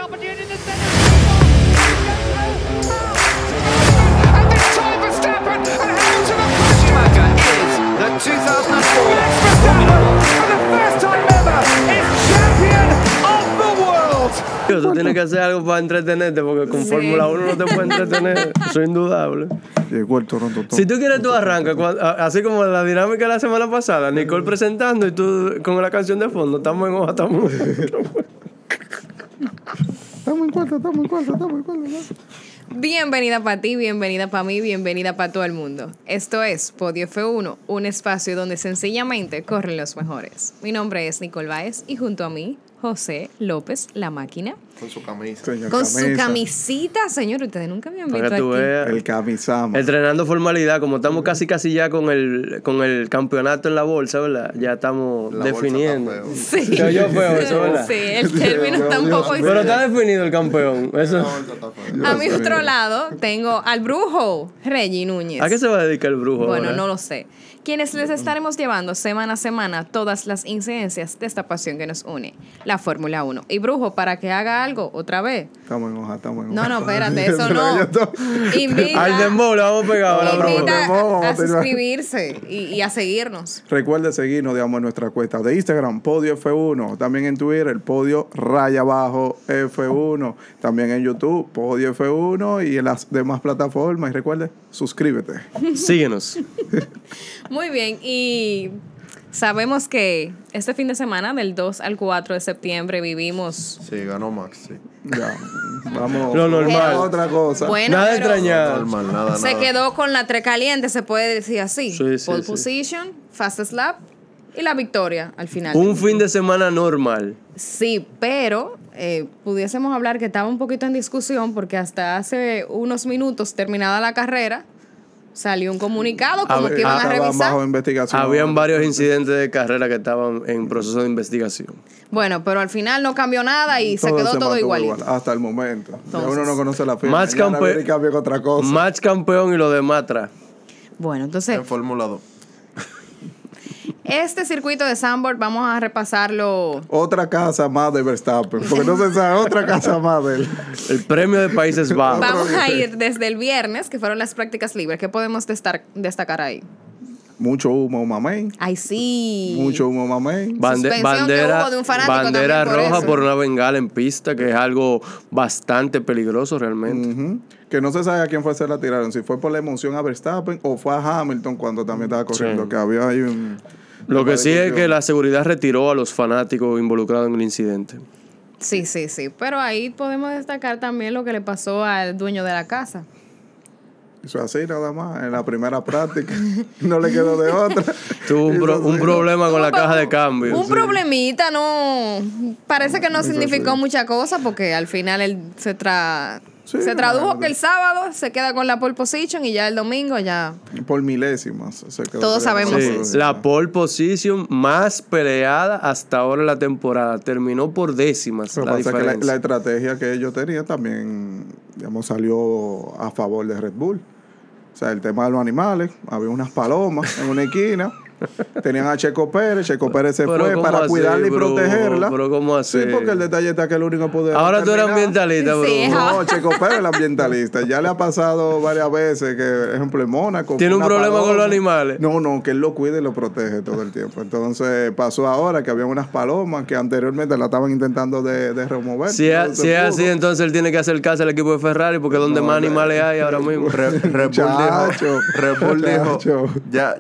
opportunity in the center. And this time Verstappen and Hamilton are pushing. Schumacher is the 2004 Formula One. For the first time ever, is champion of the world. Tú tienes que hacer algo para entretenerte porque con Fórmula 1 no te puede entretener. Eso es indudable. Llegó el Toronto. Si tú quieres, tú arrancas. Así como la dinámica de la semana pasada. Nicole presentando y tú con la canción de fondo. Estamos en hoja, estamos en cuarta. Bienvenida para ti, bienvenida para mí, bienvenida para todo el mundo. Esto es Podio F1, un espacio donde sencillamente corren los mejores. Mi nombre es Nicole Báez y junto a mí, José López, la máquina. Con su camisa. Su camisita, señor. Ustedes nunca me han visto para que tú aquí. veas. El camisamo. Entrenando formalidad. Como estamos casi ya con el campeonato en la bolsa, ¿verdad? Ya estamos La definiendo. bolsa está Se oyó feo eso, ¿verdad? Sí, el término está un poco... Pero está definido el campeón. Eso. A mi otro lado tengo al brujo, Reggie Núñez. ¿A qué se va a dedicar el brujo Bueno, ahora? no lo sé. Quienes les estaremos llevando semana a semana todas las incidencias de esta pasión que nos une, la Fórmula 1. Y brujo, para que haga algo otra vez. Estamos en hoja. No, espérate, eso no. Invita, Al dembow le vamos a pegar ahora, brujo. invita a suscribirse y a seguirnos. Recuerde seguirnos, digamos, en nuestra cuenta de Instagram, Podio F1. También en Twitter, el Podio _F1. También en YouTube, Podio F1. Y en las demás plataformas. Y recuerde, suscríbete. Síguenos. Muy bien, y sabemos que este fin de semana, del 2 al 4 de septiembre, vivimos... Sí, ganó Max, sí. Ya, vamos Lo normal. a otra cosa. Bueno, Nada pero extrañar. Normal, nada. se quedó con la tres caliente, se puede decir así. Sí, Pole sí. position, fastest lap y la victoria al final. Un fin de semana normal. Sí, pero pudiésemos hablar que estaba un poquito en discusión porque hasta hace unos minutos, terminada la carrera, salió un comunicado como que iban a Estaban revisar. bajo investigación. Habían varios incidentes de carrera que estaban en proceso de investigación. Bueno, pero al final no cambió nada y se quedó todo mantuvo igualito. igual, hasta el momento. Ya Entonces, uno no conoce la firma. Match Mañana viene y cambia con otra cosa. Match campeón y lo demás atrás. Bueno, entonces, En Fórmula 2. este circuito de Zandvoort vamos a repasarlo. Otra casa más de Verstappen. Porque no se sabe, otra casa más de él. El premio de Países Bajos. Vamos a ir desde el viernes, que fueron las prácticas libres. ¿Qué podemos destacar ahí? Mucho humo, mamey. Ay, sí. Mucho humo, mamey. Suspensión que hubo de un fanático bandera también por roja eso. por una bengala en pista, que es algo bastante peligroso realmente. Ujú. Que no se sabe a quién fue se la tiraron. Si fue por la emoción a Verstappen o fue a Hamilton cuando también estaba corriendo. Sí. Que había ahí un... Lo que sí es discusión. que la seguridad retiró a los fanáticos involucrados en el incidente. Sí. Pero ahí podemos destacar también lo que le pasó al dueño de la casa. Eso así nada más. En la primera práctica. No le quedó de otra. Tuvo un Eso sí. problema con la caja de cambio. Un problemita, no. Parece que no significó sí. mucha cosa porque al final él se Sí, tradujo bueno. que el sábado se queda con la pole position y ya el domingo ya. Por milésimas. Se quedó Todos peleando. sabemos Sí, la pole position más peleada hasta ahora en la temporada. Terminó por décimas Lo que la pasa es que diferencia. la estrategia que ellos tenían también, digamos, salió a favor de Red Bull. O sea, el tema de los animales, había unas palomas en una esquina, tenían a Checo Pérez se Pero fue ¿cómo para así, cuidarla y bro? protegerla. Pero ¿cómo así? Sí, porque el detalle está que el único poder... Ahora tú eres ambientalista, bro. Sí, No, Checo Pérez, el ambientalista. Ya le ha pasado varias veces que, por ejemplo, en Mónaco... ¿Tiene un una problema con paloma. los animales? No, que él lo cuida y lo protege todo el tiempo. Entonces, pasó ahora que había unas palomas que anteriormente la estaban intentando de remover. Si No es se así, pudo. entonces él tiene que hacer caso al equipo de Ferrari porque donde más animales hay ahora mismo. Red Muchacho, Bull dijo, muchacho.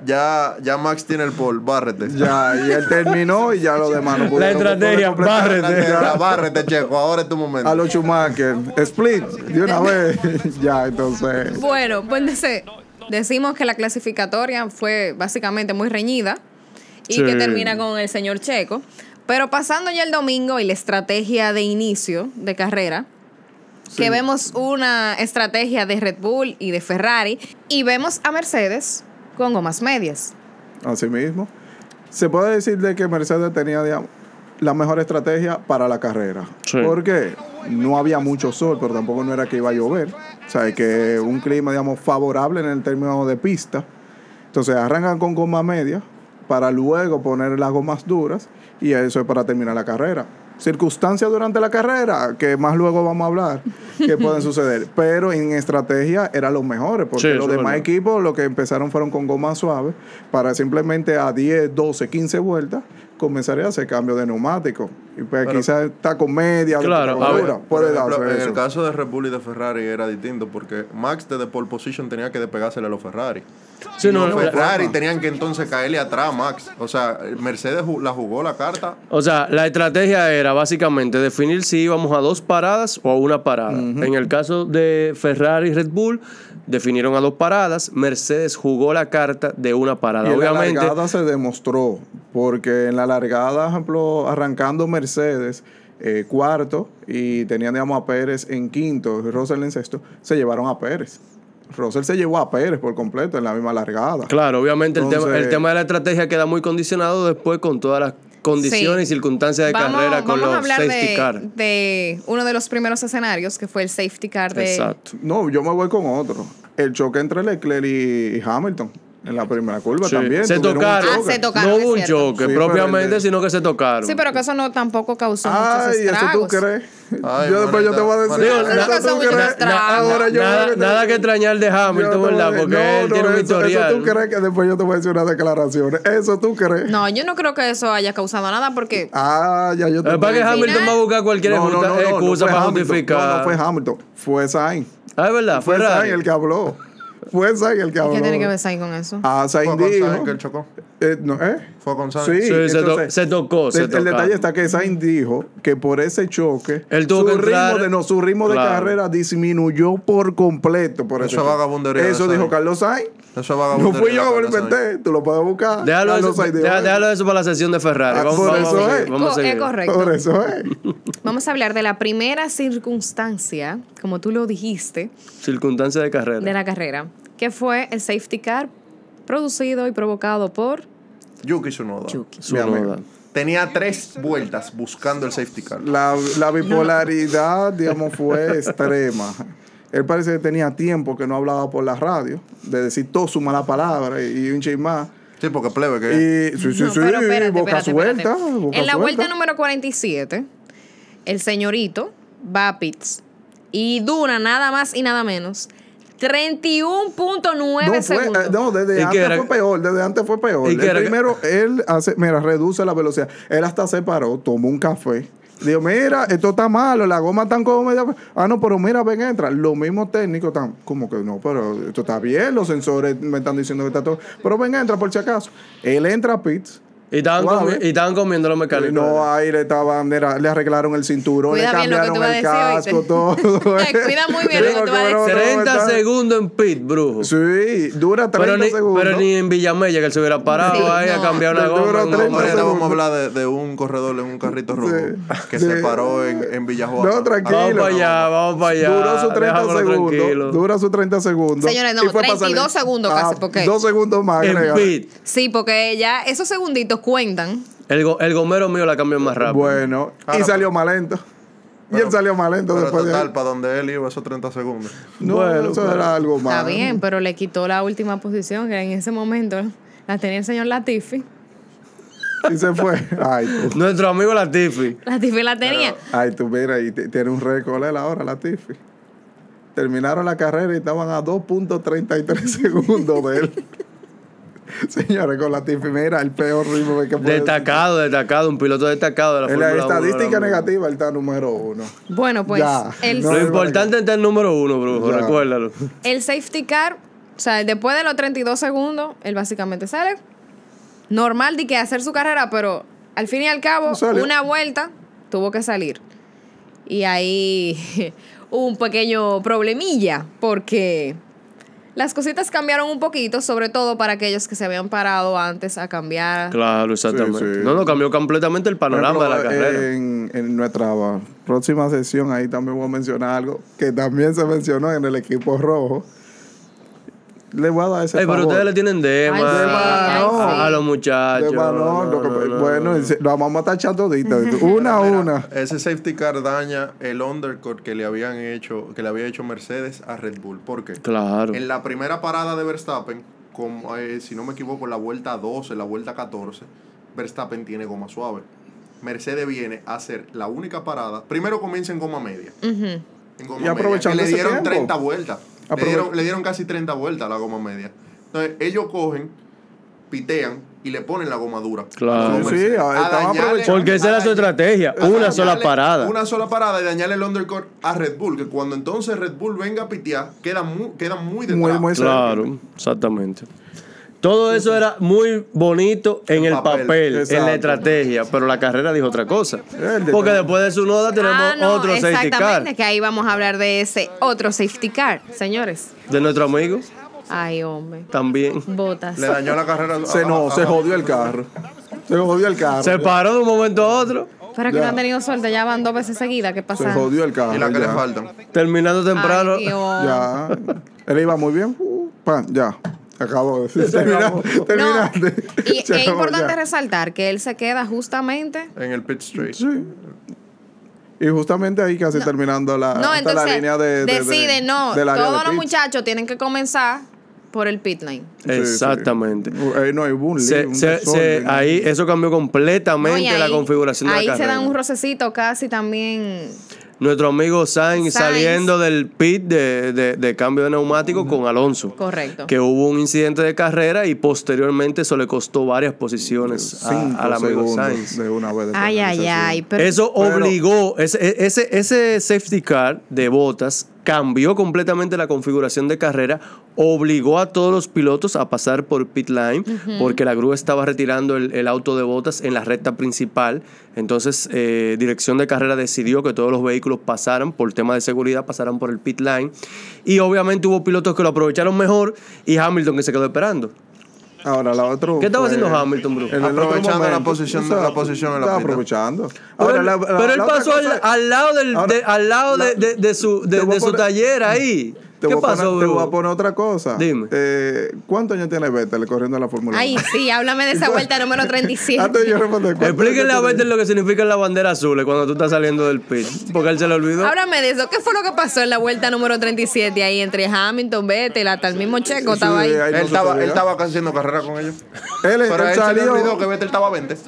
ya Max tiene el pole, bárrete. Ya, y él terminó y ya lo demás no pudieron- estrategia, no pudieron completar. bárrete. Ya, bárrete, Checo, ahora es tu momento. A los Schumacher, split, de una vez. Ya, entonces. Bueno, pues decimos que la clasificatoria fue básicamente muy reñida y Sí. que termina con el señor Checo. Pero pasando ya el domingo y la estrategia de inicio de carrera, que vemos una estrategia de Red Bull y de Ferrari y vemos a Mercedes con gomas medias. Así mismo. Se puede decir de que Mercedes tenía, digamos, la mejor estrategia para la carrera. Sí. Porque no había mucho sol, pero tampoco no era que iba a llover. O sea, que un clima, digamos, favorable en el término de pista. Entonces arrancan con goma media para luego poner las gomas duras y eso es para terminar la carrera. circunstancias durante la carrera, que más luego vamos a hablar, que pueden suceder. Pero en estrategia eran los mejores, porque Sí, los eso es demás verdad. equipos lo que empezaron fueron con goma suave, para simplemente a 10, 12, 15 vueltas comenzar a hacer cambio de neumático. Y pues Pero- quizás está con media, Claro, de temperatura, a ver, puede Por ejemplo, darse en eso. el caso de Red Bull y de Ferrari era distinto porque Max desde pole position tenía que despegársele a los Ferrari. Sí, Y no, los no, Ferrari tenían que entonces caerle atrás a Max. O sea, Mercedes la jugó la carta. O sea, la estrategia era básicamente definir si íbamos a 2 paradas o a una parada. En el caso de Ferrari y Red Bull, definieron a 2 paradas. Mercedes jugó la carta de una parada. Y en Obviamente, la largada se demostró, porque en la largada, por ejemplo, arrancando Mercedes cuarto y tenían, digamos, a Pérez en quinto y Russell en sexto, se llevaron a Pérez. Russell se llevó a Pérez por completo en la misma largada. claro, obviamente Entonces- el tema de la estrategia queda muy condicionado después con todas las condiciones y Sí. circunstancias de carrera con vamos a los hablar safety car. de uno de los primeros escenarios, que fue el safety car de... Exacto. No, yo me voy con otro. El choque entre Leclerc y Hamilton en la primera curva Sí. también. Se tuvieron un tocaron. Ah, choque. se tocaron, No es hubo un cierto. choque Sí, pero propiamente, el de- sino que se tocaron. Sí, pero que eso no tampoco causó muchos Ay, eso estragos. tú crees. Ay, Yo después yo te voy a decir. manita, Digo, Eso eso causó tú muchos crees. estragos. Ahora yo nada, voy a- nada que extrañar de Yo Hamilton, te voy a ¿verdad? decir, Porque él tiene un eso historial. tú crees que después yo te voy a decir unas declaraciones. Eso tú crees. No, yo no creo que eso haya causado nada porque... Ah, ya yo te Es para que entendí. Hamilton va a buscar cualquier excusa fue para Hamilton. justificar. No fue Hamilton, fue Sainz. Ah, es verdad, Fue Ferrari. Sainz el que habló. Fue Sainz el que habló. ¿Qué tiene que ver Sainz con eso? Ah, Fue Sainz con dijo. Sainz que él chocó. No, Fue con Sainz. Sí, Sí, entonces, se tocó. el detalle está que Sainz dijo que por ese choque Él tuvo su que entrar- su ritmo de Claro. carrera disminuyó por completo por ese Eso es choque. vagabundería de Eso Sainz. dijo Carlos Sainz. Eso es No vagabundería fui yo de que lo Carlos Sainz. inventé, tú lo puedes buscar. Déjalo Carlos eso, Sainz dijo, déjalo eso para la sesión de Ferrari. Ah, Vamos, por vamos, eso vamos, es. vamos a Es seguir. correcto. Por eso es. Vamos a hablar de la primera circunstancia, como tú lo dijiste, Circunstancia de carrera. de la carrera, que fue el safety car producido y provocado por Yuki Tsunoda. Yuki. Su Mi amigo. noda. Tenía 3 vueltas buscando el safety car. La bipolaridad, digamos, fue extrema. Él parece que tenía tiempo que no hablaba por la radio, de decir todo su mala palabra y un chin más. Sí, porque plebe que... Y sí, No, pero espérate, boca espérate, suelta. espérate. boca En la suelta. vuelta número 47, el señorito va a pits y dura nada más y nada menos 31.9 No, fue, segundos. no, desde ¿Y qué antes era? fue peor, desde antes fue peor. ¿Y qué era? Primero, él hace, mira, reduce la velocidad. Él hasta se paró, tomó un café. Dijo, mira, esto está malo, la goma está como media... Ah, no, pero mira, ven, entra. Los mismos técnicos están como que no, pero esto está bien, los sensores me están diciendo que está todo... Pero ven, entra por si acaso. Él entra a pits. Y estaban, Suave. y estaban comiendo los mecánicos. No, ahí le estaban, mira, le arreglaron el cinturón, Cuida le bien lo que cambiaron tú vas a el decir, casco, ¿oíste? todo. Cuida muy bien lo que tú vas a decir. 30 segundos en pit, brujo. Sí, dura 30 Pero ni, segundos. pero ni en Villamella que él se hubiera parado Sí, ahí a no. cambiar una Le goma. duró en un 30 hombre. Ahorita vamos a segundos. hablar de un corredor en un carrito rojo que Sí. se paró en Villajuana. No, tranquilo. Vamos para allá, vamos para allá. Duró sus 30 Déjamelo segundos. tranquilo. Dura sus 30 segundos. Señores, no, Y fue para 32 salir. segundos casi, porque- 2 segundos más. En agrega. pit. Sí, porque ya esos segunditos cuentan. El gomero mío la cambió más rápido. Bueno, y Ahora, salió más lento. Y él salió más lento Pero después total, de... para donde él iba esos 30 segundos. No, Bueno, eso pero- era algo más. Está bien, pero le quitó la última posición, que en ese momento la tenía el señor Latifi. Y se fue. Ay, tú. Nuestro amigo Latifi. Latifi la tenía. Ay, tú mira, y tiene un récord él ahora, Latifi. Terminaron la carrera y estaban a 2.33 segundos de él. Señores, con Latifi, mira, el peor ritmo que puede Destacado, un piloto destacado de la En la Fórmula 1 estadística ahora mismo. negativa, él está número 1. Bueno, pues Ya. el, No, Lo importante es el número 1, brujo, Ya. recuérdalo. el safety car, o sea, después de los 32 segundos, él básicamente sale normal de que hacer su carrera, pero al fin y al cabo, Salió. una vuelta tuvo que salir. Y ahí hubo un pequeño problemilla, porque las cositas cambiaron un poquito, sobre todo para aquellos que se habían parado antes a cambiar. Claro, exactamente. Sí, sí. No, cambió completamente el panorama de la carrera. En nuestra próxima sesión, ahí también voy a mencionar algo que también se mencionó en el equipo rojo. Le voy a dar ese Ey, pero favor. ustedes le tienen dema Ay, sí, ay, sí. a los muchachos. De valor, lo que- bueno, lo vamos a tachar todito. Una a una. Ese safety car daña el undercut que le había hecho Mercedes a Red Bull. ¿Por qué? Claro. En la primera parada de Verstappen, como, si no me equivoco, en la vuelta 12, en la vuelta 14, Verstappen tiene goma suave. Mercedes viene a hacer la única parada. Primero comienza en goma media. En goma Y aprovechando media, que le ese dieron tiempo. 30 vueltas. Le dieron casi 30 vueltas a la goma media. Entonces, ellos cogen, pitean y le ponen la goma dura. Claro. Sí, estaban aprovechando. Porque esa era su estrategia, una sola parada. Una sola parada y dañarle el undercut a Red Bull, que cuando entonces Red Bull venga a pitear, quedan muy detrás. Muy Claro, exactamente. Todo eso era muy bonito en el papel, en Exacto. la estrategia, pero la carrera dijo otra cosa. El detalle. Porque después de su noda tenemos otro safety car exactamente, que ahí vamos a hablar de ese otro safety car, señores. de nuestro amigo Ay, hombre. también. Botas. Le dañó la carrera. Se jodió el carro. Se jodió el carro. Se paró de un momento a otro, Pero que Ya. no han tenido suerte, ya van 2 veces seguidas. ¿Qué Se pasa? jodió el carro. Y la que le ya. faltan. terminando temprano. Ay, Dios. Ya. Él iba muy bien. Ya. Acabó. acabó. No, Terminaste. y Se es acabó importante ya. resaltar que él se queda justamente. En el pit straight. Sí. Y justamente ahí casi terminando la, No, hasta la entonces línea de decide, no, del área todos de los pits. muchachos tienen que comenzar por el pit lane. Sí, Exactamente. sí. Ahí no hay un Ahí eso cambió completamente No, y la ahí- configuración de la ahí carrera. se dan un rocecito casi también. Nuestro amigo Sainz Sainz. saliendo del pit de cambio de neumático con Alonso. Correcto. Que hubo un incidente de carrera y posteriormente eso le costó varias posiciones al amigo Sainz. de una vez de Ay, ay, penalización. ay. Pero, Eso obligó, ese safety car de Bottas cambió completamente la configuración de carrera, obligó a todos los pilotos a pasar por pit line, porque la grúa estaba retirando el auto de Bottas en la recta principal. Entonces, dirección de carrera decidió que todos los vehículos pasaran, por tema de seguridad, pasaran por el pit line. Y obviamente hubo pilotos que lo aprovecharon mejor y Hamilton que se quedó esperando. Ahora la otra. ¿Qué estaba fue- haciendo Hamilton, bro? en el otro Aprovechando la momento, posición de- o sea, la posición en la estaba pista. aprovechando. Pero Ahora, él, pero él la otra pasó cosa- al lado, Ahora, al lado de su, te voy a su poner- taller ahí. Te ¿Qué voy a pasó, poner- Te voy a bro? poner otra cosa. Dime. ¿Cuántos años tiene Vettel corriendo en la Fórmula 1? ay, sí, háblame de esa vuelta número 37. Antes de yo responder, ¿cuántos Explíquenle a años Vettel tiene? lo que significa la bandera azul cuando tú estás saliendo del pit. Porque él se le olvidó. Háblame de eso. ¿Qué fue lo que pasó en la vuelta número 37 ahí entre Hamilton, Vettel, hasta el mismo Checo estaba ahí? Sí, ahí no Él estaba sucedía. casi haciendo carrera con ellos. Él Pero a él se le salió. olvidó que Vettel estaba a 20.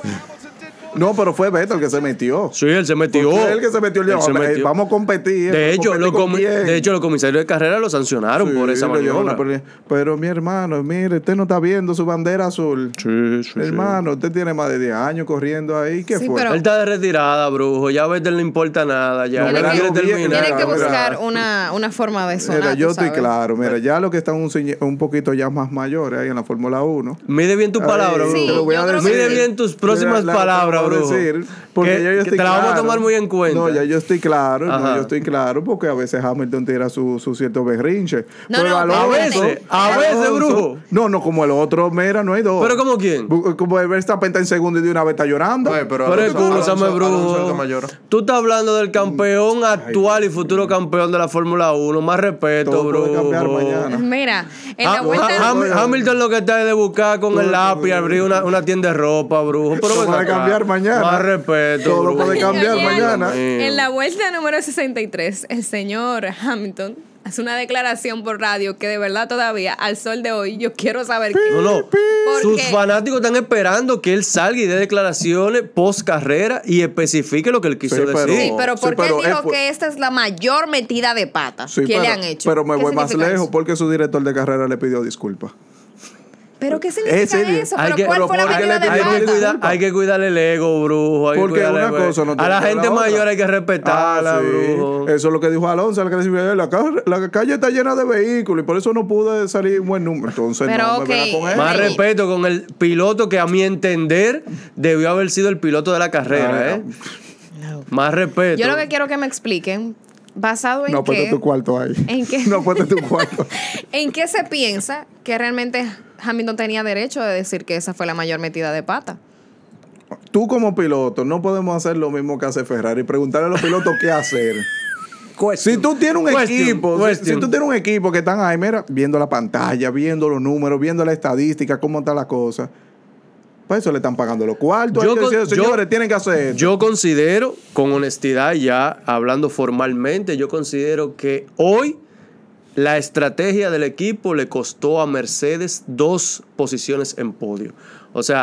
No, pero fue Vettel que se metió. Sí, él se metió. Porque él que se metió. Él se metió. Vamos a competir. De hecho, ¿competir con quién? los comisarios de carrera lo sancionaron Sí, por esa le dieron maniobra. pero mi hermano, mire, usted no está viendo su bandera azul. Sí, sí, sí. Hermano, usted tiene más de 10 años corriendo ahí. ¿Qué Sí, fue? pero- Él está de retirada, brujo. Ya a Vettel no le importa nada. Ya No, le mira, quiere no, bien, terminar. Tienen que mira. buscar una forma de sonar. Mira, yo tú estoy sabes. claro. Mira, ya los que están un poquito ya más mayores ahí en la Fórmula 1. Mide bien tus palabras, Ay, brujo. te lo voy a yo decir. creo que Mide sí. bien tus próximas Mira, palabras, te lo voy a brujo. decir, porque Que- ya yo que estoy te la vamos a claro. tomar muy en cuenta. No, ya yo estoy claro. No, Ajá. yo estoy claro porque a veces Hamilton tira su cierto berrinche. No, Pero no, Alonso- espérate. A veces, brujo. No, como el otro, mira, no hay dos. ¿Pero como quién? Como el Verstappen está en segundo y de una vez está llorando. Oye, Pero Alonso- escúchame, Alonso es el que brujo. más llora. Tú estás hablando del campeón actual y futuro campeón de la Fórmula 1. Más respeto, Todo brujo. puede cambiar mañana. Mira, en la vuelta. Hamilton lo que está es de buscar con el lápiz abrir una tienda de ropa, brujo. Pero Todo ven puede acá. cambiar mañana. Más respeto, Todo brujo. puede cambiar Oye, mañana. En la vuelta número 63, el señor Hamilton hace una declaración por radio que de verdad todavía, al sol de hoy, yo quiero saber qué. No. Sus Porque- fanáticos están esperando que él salga y dé declaraciones post carrera y especifique lo que él quiso Sí, pero- decir. Sí, pero Sí, ¿por qué pero él dijo él fue- que esta es la mayor metida de pata Sí, que pero, le han hecho? pero me ¿Qué voy más significa lejos eso? porque su director de carrera le pidió disculpas. ¿Pero qué significa Ese- eso? Hay ¿Pero que- cuál pero fue la porque medida le de Hay pidió que, pata? cuidar, hay que cuidarle el ego, brujo. Hay que Porque cuidarle una el- cosa no a tiene la que ver gente la otra. mayor hay que respetarla, sí. brujo. Eso es lo que dijo Alonso, al que decía, la calle está llena de vehículos y por eso no pude salir un buen número. Entonces Pero, no ok. me venga con eso. Más Ay. respeto con el piloto que a mi entender debió haber sido el piloto de la carrera, ¿eh? Más respeto. Yo lo que quiero que me expliquen, basado en No qué, puedes tu cuarto ahí. ¿En qué? No puedes tu cuarto. ¿en qué se piensa que realmente Hamilton tenía derecho de decir que esa fue la mayor metida de pata? Tú como piloto no podemos hacer lo mismo que hace Ferrari. Preguntarle a los pilotos qué hacer. Si tú tienes un equipo, si tú tienes un equipo que están ahí, mira, viendo la pantalla, viendo los números, viendo la estadística, cómo está la cosa. Para eso le están pagando los cuartos. Yo Hay que con- decir, señores, tienen que hacer esto. Yo considero, con honestidad ya, hablando formalmente, yo considero que hoy la estrategia del equipo le costó a Mercedes 2 posiciones en podio. O sea,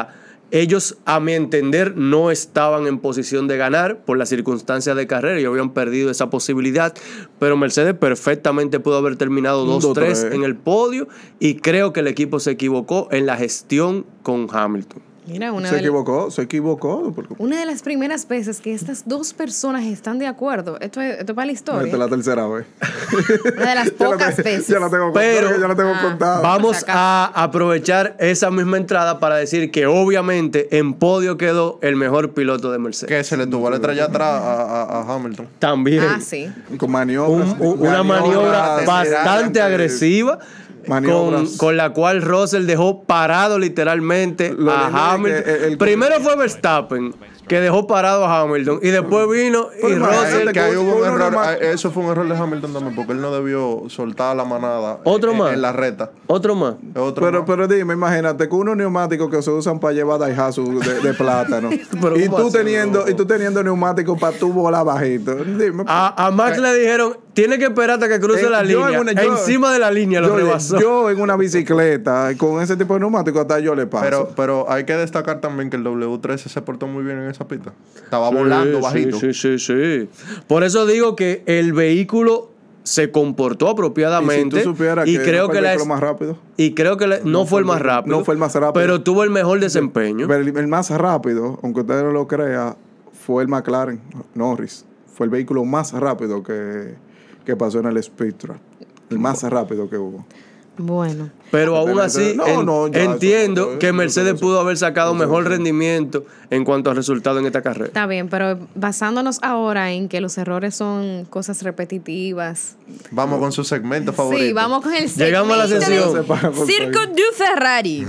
Ellos, a mi entender, no estaban en posición de ganar por las circunstancias de carrera y habían perdido esa posibilidad. Pero Mercedes perfectamente pudo haber terminado 2-3 en el podio y creo que el equipo se equivocó en la gestión con Hamilton. Mira, Se equivocó. Porque una de las primeras veces que estas dos personas están de acuerdo. Esto es para la historia. esta es la tercera vez. Una de las pocas veces. Ya la tengo contada. Vamos a aprovechar esa misma entrada para decir que obviamente en podio quedó el mejor piloto de Mercedes. Que se le tuvo la estrella atrás a Hamilton. También. Sí. Con maniobras. Una maniobra bastante agresiva. Maniobras. Con la cual Russell dejó parado literalmente a Hamilton. Primero fue Verstappen, que dejó parado a Hamilton, y después vino y Russell. Que ahí hubo un error. Eso fue un error de Hamilton también, porque él no debió soltar la manada en la recta. Otro más. Pero dime, imagínate, con unos neumáticos que se usan para llevar Daihatsu de plátano. y tú teniendo neumáticos para tu bola bajito. Dime. A Max le dijeron, tiene que esperar hasta que cruce la línea. Encima de la línea lo rebasó. Yo en una bicicleta, con ese tipo de neumáticos, hasta yo le paso. Pero hay que destacar también que el W13 se portó muy bien en esa pista. Estaba volando bajito. Sí. Por eso digo que el vehículo se comportó apropiadamente. Y si tú supieras y creo que el más rápido. Y creo que no fue el más rápido. No fue el más rápido. Pero tuvo el mejor desempeño. El más rápido, aunque usted no lo crea, fue el McLaren Norris. Fue el vehículo más rápido que pasó en el Speed Trap. El más rápido que hubo. Bueno. Pero aún así, entiendo que Mercedes pudo haber sacado mejor rendimiento en cuanto a resultados en esta carrera. Está bien, pero basándonos ahora en que los errores son cosas repetitivas. Vamos con su segmento favorito. Sí, vamos con el segmento. Llegamos a la sesión. Circuit du Ferrari.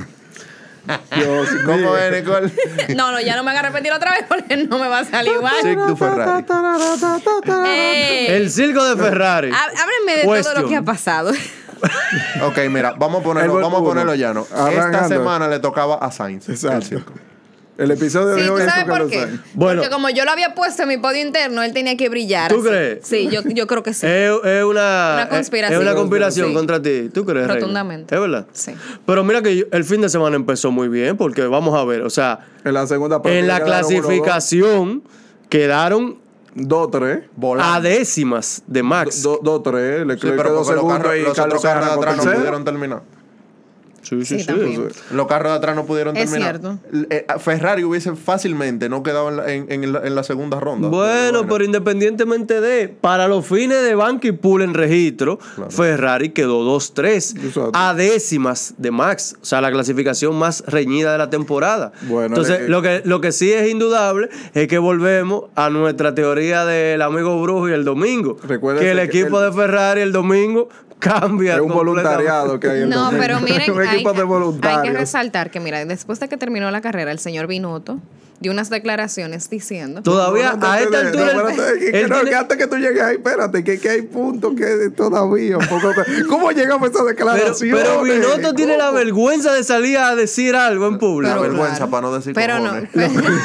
Dios, ¿Cómo es, Nicole? No, ya no me haga repetir otra vez porque no me va a salir igual. Circuit du Ferrari. El circo de Ferrari. Háblenme de todo lo que ha pasado. Ok, mira, vamos a ponerlo llano. Esta semana le tocaba a Sainz. Exacto. El episodio de hoy ¿tú es sabes por qué? Bueno. Porque como yo lo había puesto en mi podio interno, él tenía que brillar. ¿Tú así. crees? Sí, yo creo que sí. Es una conspiración. Es una conspiración Sí. contra ti. ¿Tú crees, Reina? Rotundamente. ¿Es verdad? Sí. Pero mira que el fin de semana empezó muy bien, porque vamos a ver, o sea, En la segunda parte en la clasificación quedaron 2-3. a décimas de Max. 2-3. Leclerc Sí, pero quedó porque segundo y los Carlos otros carros de Sainz atrás no tercero. pudieron terminar. Sí. también. Los carros de atrás no pudieron Es terminar. cierto. Ferrari hubiese fácilmente no quedado en la segunda ronda. Bueno, pero independientemente para los fines de banca y pool en registro, Ferrari quedó 2-3 Exacto. a décimas de Max. O sea, la clasificación más reñida de la temporada. Bueno, entonces, lo que sí es indudable es que volvemos a nuestra teoría del amigo Brujo y el domingo. Recuérdate Que el equipo de Ferrari el domingo cambia. Es un voluntariado que hay en No, pero miren, un equipo de hay voluntarios. que resaltar que, mira, después de que terminó la carrera, el señor Binotto dio unas declaraciones diciendo... Todavía a esta altura... Que antes que tú llegues ahí, espérate, que hay puntos que todavía un poco... ¿Cómo llegamos a esa declaración? Pero Binotto tiene la vergüenza de salir a decir algo en público. La Pero vergüenza claro. para no decir Pero no. cojones.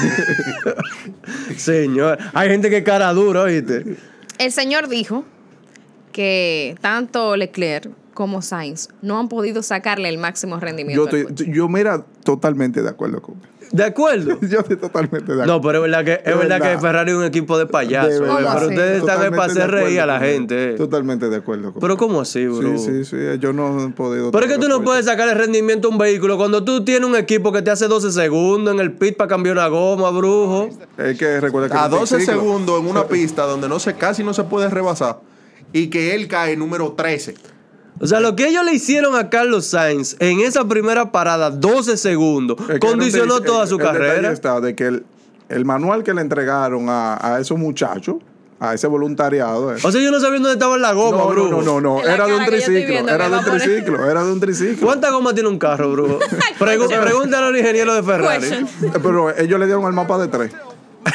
Señor, hay gente que cara dura, ¿oíste? El señor dijo que tanto Leclerc como Sainz no han podido sacarle el máximo rendimiento. Yo mira, totalmente de acuerdo con ¿De acuerdo? Yo estoy totalmente de acuerdo. No, pero es verdad que Ferrari es un equipo de payasos. De verdad. Pero ¿Cómo ustedes así? están ahí para Totalmente de hacer reír a la acuerdo gente. Totalmente de acuerdo. Pero ¿cómo así, bro? Sí, yo no he podido... Pero es que tú no puedes sacar el rendimiento a un vehículo cuando tú tienes un equipo que te hace 12 segundos en el pit para cambiar una goma, brujo. Es que recuerda que A no hay 12 ciclo. segundos en una pista donde casi no se puede rebasar y que él cae número 13. O sea, lo que ellos le hicieron a Carlos Sainz en esa primera parada, 12 segundos, Es que condicionó toda su el detalle carrera. está de que el manual que le entregaron a esos muchachos, a ese voluntariado... O sea, yo no sabía dónde estaba la goma, brujo. No. En la Era de un cara que yo estoy triciclo. viendo Era que de va un a poner. triciclo. Era de un triciclo. ¿Cuántas gomas tiene un carro, brujo? Pregúntale al ingeniero de Ferrari. Question. Pero ellos le dieron el mapa de 3.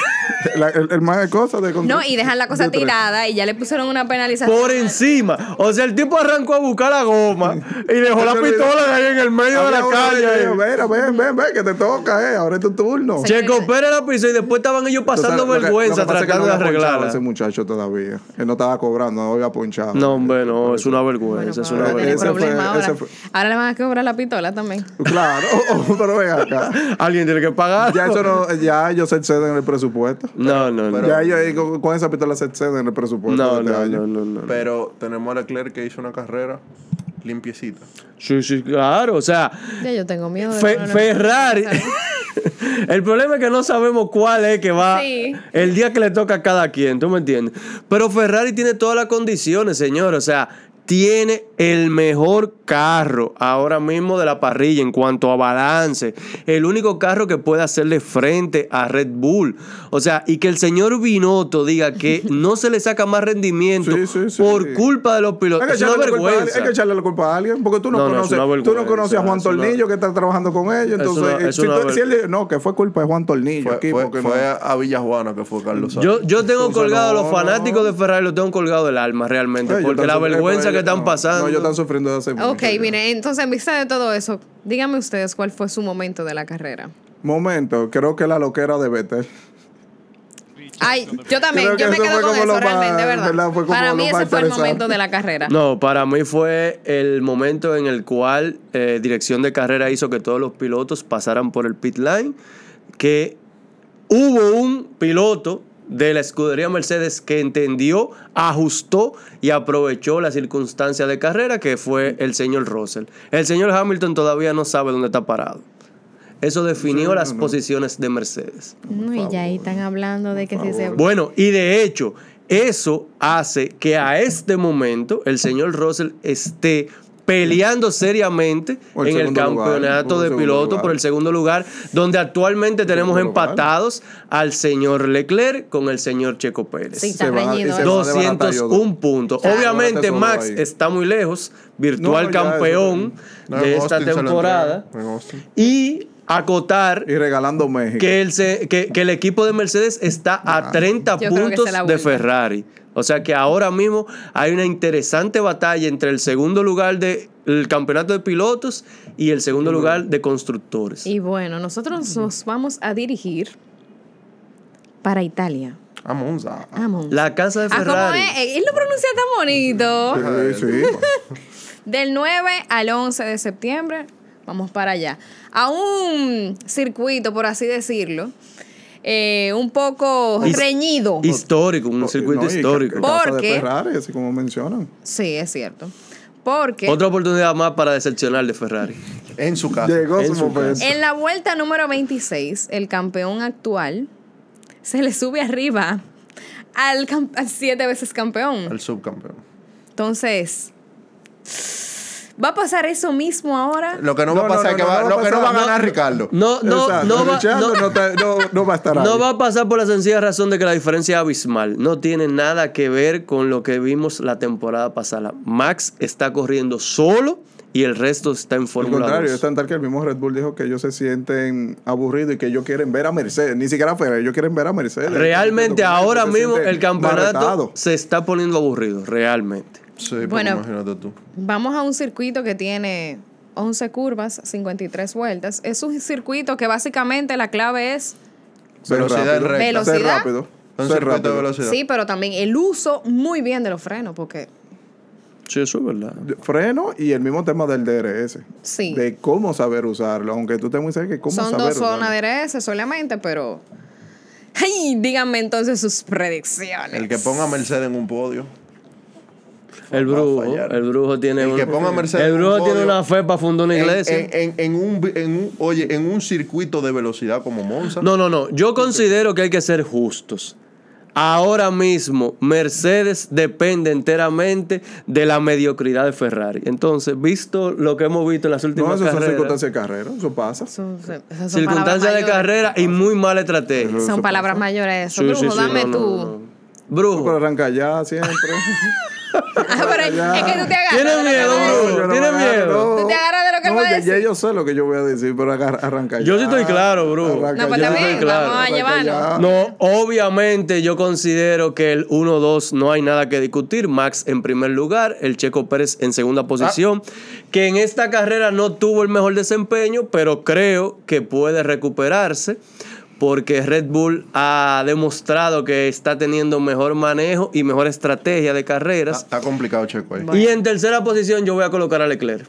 el más cosa de No, y dejan la cosa de tres. tirada y ya le pusieron una penalización. Por encima. O sea, el tipo arrancó a buscar la goma y dejó la pistola de ahí en el medio de la Había uno calle. que dijo, mira, ven, que te toca, ahora es tu turno. Sí. Checo Pérez la pisó y después estaban ellos pasando Entonces, vergüenza lo que pasa es que tratando no de había ponchado arreglarla. ese muchacho todavía. Él no estaba cobrando, no había ponchado. No, hombre, no, es una Bueno, vergüenza, pues es una ahora tiene Ese vergüenza. fue- problema ahora. ese fue- Ahora le van a cobrar la pistola también. Claro, pero ven acá. Alguien tiene que pagar. Ya ellos se exceden en el presupuesto. No, no, no. Ya ellos con esa pistola se exceden en el presupuesto No, de este no, año. no. Pero tenemos a Leclerc que hizo una carrera limpiecita. Sí, claro. O sea, Ya yo tengo miedo de Ferrari. El problema es que no sabemos cuál es que va Sí. el día que le toca a cada quien, ¿tú me entiendes? Pero Ferrari tiene todas las condiciones, señor. O sea, tiene el mejor carro ahora mismo de la parrilla en cuanto a balance. El único carro que puede hacerle frente a Red Bull. O sea, y que el señor Binotto diga que no se le saca más rendimiento Sí. por culpa de los pilotos. Es una vergüenza. Hay que echarle la culpa a alguien, porque tú no, No, es conoces, una tú vergüenza, no conoces a Juan es una- Tornillo que está trabajando con ellos. Entonces, es una si él dice, no, que fue culpa de Juan Tornillo aquí, porque Fue no. a Villajuana que fue Carlos Sainz. Yo tengo Entonces, colgado a los no, fanáticos no. de Ferrari, los tengo colgado del alma realmente, Ellos porque están la sufriendo, vergüenza que ellos- están pasando. No, ellos están sufriendo de hace mucho. Ok, mire, entonces en vista de todo eso, díganme ustedes cuál fue su momento de la carrera. Momento, creo que la loquera de Vettel. Ay, yo también, Creo que yo me eso quedo fue con como eso lo más- realmente, ¿verdad? ¿verdad? Fue como Para lo mí más ese fue el interesante. momento de la carrera. No, para mí fue el momento en el cual dirección de carrera hizo que todos los pilotos pasaran por el pit line, que hubo un piloto de la escudería Mercedes que entendió, ajustó y aprovechó la circunstancia de carrera, que fue el señor Russell. El señor Hamilton todavía no sabe dónde está parado. Eso definió las posiciones de Mercedes. No, y ya ahí están hablando de que si se... Bueno, y de hecho, eso hace que a este momento el señor Russell esté peleando seriamente Por el en el segundo lugar, campeonato por el de segundo pilotos lugar. por el segundo lugar, donde actualmente tenemos segundo lugar. empatados al señor Leclerc con el señor Checo Pérez. Sí, está Se va- y reñido. se eso. va a desbaratar 201 puntos. Claro. Obviamente Solo Max ahí. está muy lejos, virtual No, ya, campeón No, de en esta Austin se lo temporada. entregan, en Austin. Y acotar Y regalando México. que el equipo de Mercedes está a 30 Yo creo que puntos se la de vuelve. Ferrari. O sea que ahora mismo hay una interesante batalla entre el segundo lugar del campeonato de pilotos y el segundo lugar de constructores. Y bueno, nosotros nos vamos a dirigir para Italia. A Monza. Vamos. La casa de ¿Cómo Ferrari. es? Él lo pronuncia tan bonito. Sí. Del 9 al 11 de septiembre, vamos para allá. A un circuito, por así decirlo, un poco reñido. Histórico, un circuito No, y histórico. casa de Porque- Ferrari, así como mencionan. Sí, es cierto. Porque Otra oportunidad más para decepcionar de Ferrari. En su casa. Llegó En su su momento. en la vuelta número 26, el campeón actual se le sube arriba al 7 veces campeón. Al subcampeón. Entonces, ¿va a pasar eso mismo ahora? Lo que no va a pasar es que va a ganar Ricardo. No Exacto. va, Richardo no va a estar ahí. no va a pasar por la sencilla razón de que la diferencia es abismal. No tiene nada que ver con lo que vimos la temporada pasada. Max está corriendo solo y el resto está en Al Fórmula contrario, 2. es tan tal que el mismo Red Bull dijo que ellos se sienten aburridos y que ellos quieren ver a Mercedes. Ni siquiera Ferrari, ellos quieren ver a Mercedes. Realmente ahora Se mismo sienten el campeonato barretados. se está poniendo aburrido, realmente. Sí, porque Bueno. imagínate tú. Vamos a un circuito que tiene 11 curvas, 53 vueltas. Es un circuito que básicamente la clave es, Ser Velocidad rápido. en recta. Ser Velocidad. rápido. Un Ser circuito de rápido. velocidad. sí, pero también el uso muy bien de los frenos, porque Sí, eso es verdad. Freno y el mismo tema del DRS. sí, De cómo saber usarlo. Aunque tú estés muy cerca, cómo son saber dos zonas usarlo. de DRS solamente, pero... ¡Ay! Díganme entonces sus predicciones. El que ponga a Mercedes en un podio. El va a brujo fallar. tiene El que ponga a Mercedes el en un brujo tiene podio, una fe para fundar una iglesia. En un circuito de velocidad como Monza. No. Yo considero que hay que ser justos. Ahora mismo, Mercedes depende enteramente de la mediocridad de Ferrari. Entonces, visto lo que hemos visto en las No, últimas eso son carreras, circunstancias de carrera. Eso pasa. Esas son palabras circunstancias de mayores. carrera y muy mala estrategia. Son palabras mayores eso. Sí, Brujo, sí, sí, dame no, tú. no. Brujo. Pero arranca ya siempre. Ah, pero es que tú te agarras Tienes de lo que miedo, me- Brujo. Tienes miedo. Tú te agarras de lo que que él No, va a ya decir. yo sé lo que yo voy a decir, pero arranca Yo sí estoy claro, bro. Arranca No, pues ya. está bien, estoy claro. vamos a llevarnos. No, obviamente yo considero que el 1-2 no hay nada que discutir. Max en primer lugar, el Checo Pérez en segunda posición, que en esta carrera no tuvo el mejor desempeño, pero creo que puede recuperarse porque Red Bull ha demostrado que está teniendo mejor manejo y mejor estrategia de carreras. Está complicado, Checo, ahí. Y en tercera posición yo voy a colocar a Leclerc.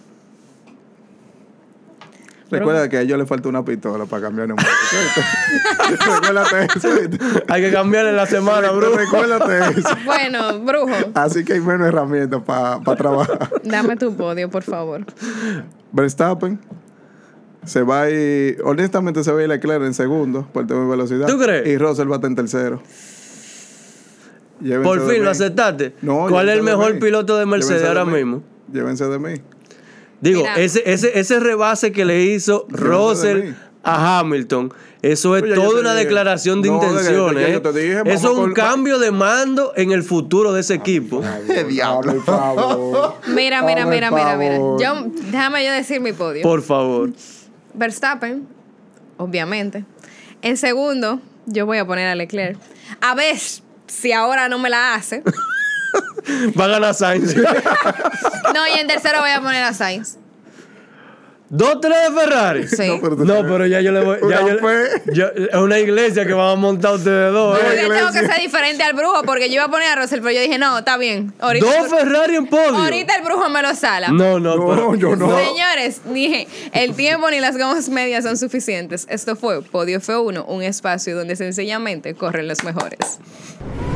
Recuerda que a ellos le falta una pistola para cambiar neumático. Recuérdate eso. ¿viste? Hay que cambiarle la semana, bro. Recuérdate eso. Bueno, brujo, Así que hay menos herramientas para trabajar. dame tu podio, por favor. Verstappen se va a ir, honestamente se va a ir Leclerc en segundo por tema de velocidad. ¿Tú crees? Y Russell va a estar en tercero. Llévense Por de fin mí. lo aceptaste. No, ¿Cuál es el llévense de mejor mí. piloto de Mercedes Llévense de ahora mí. mismo? Llévense de mí. Digo, Mira. ese rebase que le hizo Llévense de Russell mí. a Hamilton, eso es Oye, yo toda te una dije. declaración de No, intenciones. ya yo te dije, vamos Eso es un con- cambio de mando en el futuro de ese equipo. ¡Qué diablo! Por favor. Mira. Hazme el favor. Déjame yo decir mi podio. Por favor. Verstappen, obviamente. En segundo, yo voy a poner a Leclerc. A ver si ahora no me la hace. Va a ganar Sainz. No, y en tercero voy a poner a Sainz. 2-3 de Ferrari. Sí. No, pero ya yo le voy. Una fe. Es una iglesia que van a montar ustedes dos. Pero ¿eh? yo tengo que ser diferente al brujo porque yo iba a poner a Russell, pero yo dije, no, está bien. Ahorita, Dos Ferrari en podio. ahorita el brujo me lo sala. No, No, pero- yo no. Señores, ni el tiempo ni las gomas medias son suficientes. Esto fue Podio F1, un espacio donde sencillamente corren los mejores.